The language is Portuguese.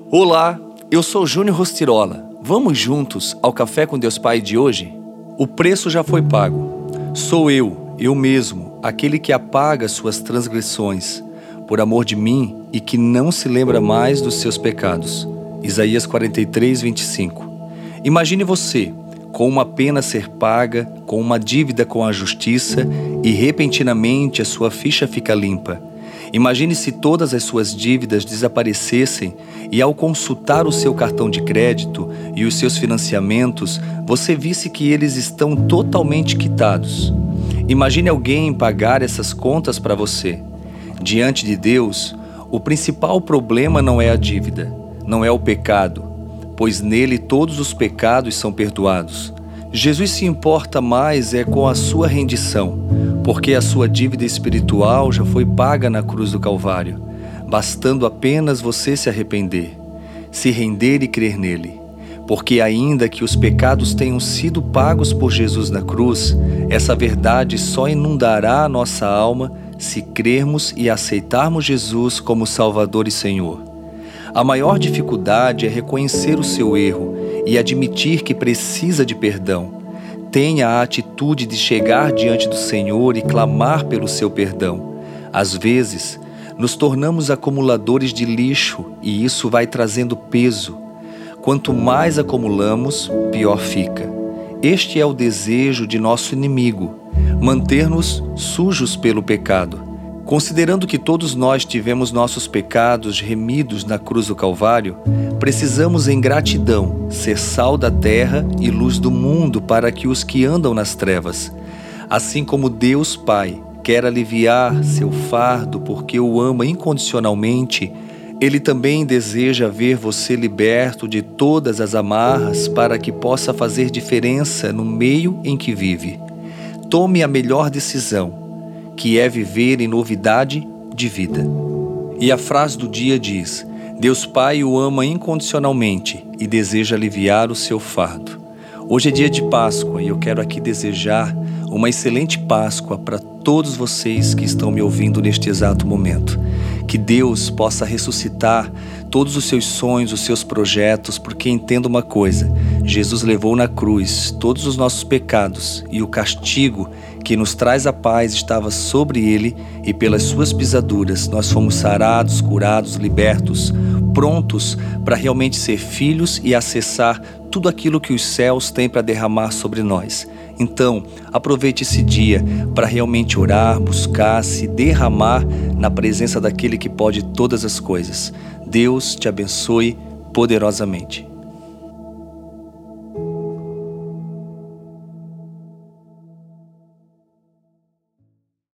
Olá, eu sou Júnior Rostirola. Vamos juntos ao Café com Deus Pai de hoje? O preço já foi pago. Sou eu mesmo, aquele que apaga suas transgressões, por amor de mim e que não se lembra mais dos seus pecados. Isaías 43, 25. Imagine você, com uma pena a ser paga, com uma dívida com a justiça e repentinamente a sua ficha fica limpa. Imagine se todas as suas dívidas desaparecessem e ao consultar o seu cartão de crédito e os seus financiamentos, você visse que eles estão totalmente quitados. Imagine alguém pagar essas contas para você. Diante de Deus, o principal problema não é a dívida, não é o pecado, pois nele todos os pecados são perdoados. Jesus se importa mais com a sua rendição, porque a sua dívida espiritual já foi paga na cruz do Calvário, bastando apenas você se arrepender, se render e crer nele. Porque ainda que os pecados tenham sido pagos por Jesus na cruz, essa verdade só inundará a nossa alma se crermos e aceitarmos Jesus como Salvador e Senhor. A maior dificuldade é reconhecer o seu erro e admitir que precisa de perdão. Tenha a atitude de chegar diante do Senhor e clamar pelo seu perdão. Às vezes, nos tornamos acumuladores de lixo e isso vai trazendo peso. Quanto mais acumulamos, pior fica. Este é o desejo de nosso inimigo, manter-nos sujos pelo pecado. Considerando que todos nós tivemos nossos pecados remidos na cruz do Calvário, precisamos em gratidão ser sal da terra e luz do mundo para que os que andam nas trevas, assim como Deus Pai quer aliviar seu fardo porque o ama incondicionalmente, Ele também deseja ver você liberto de todas as amarras para que possa fazer diferença no meio em que vive. Tome a melhor decisão, que é viver em novidade de vida. E a frase do dia diz: Deus Pai o ama incondicionalmente e deseja aliviar o seu fardo. Hoje é dia de Páscoa e eu quero aqui desejar uma excelente Páscoa para todos vocês que estão me ouvindo neste exato momento. Que Deus possa ressuscitar todos os seus sonhos, os seus projetos, porque entenda uma coisa: Jesus levou na cruz todos os nossos pecados e o castigo que nos traz a paz estava sobre ele, e pelas suas pisaduras nós fomos sarados, curados, libertos, prontos para realmente ser filhos e acessar tudo aquilo que os céus têm para derramar sobre nós. Então, aproveite esse dia para realmente orar, buscar, se derramar na presença daquele que pode todas as coisas. Deus te abençoe poderosamente.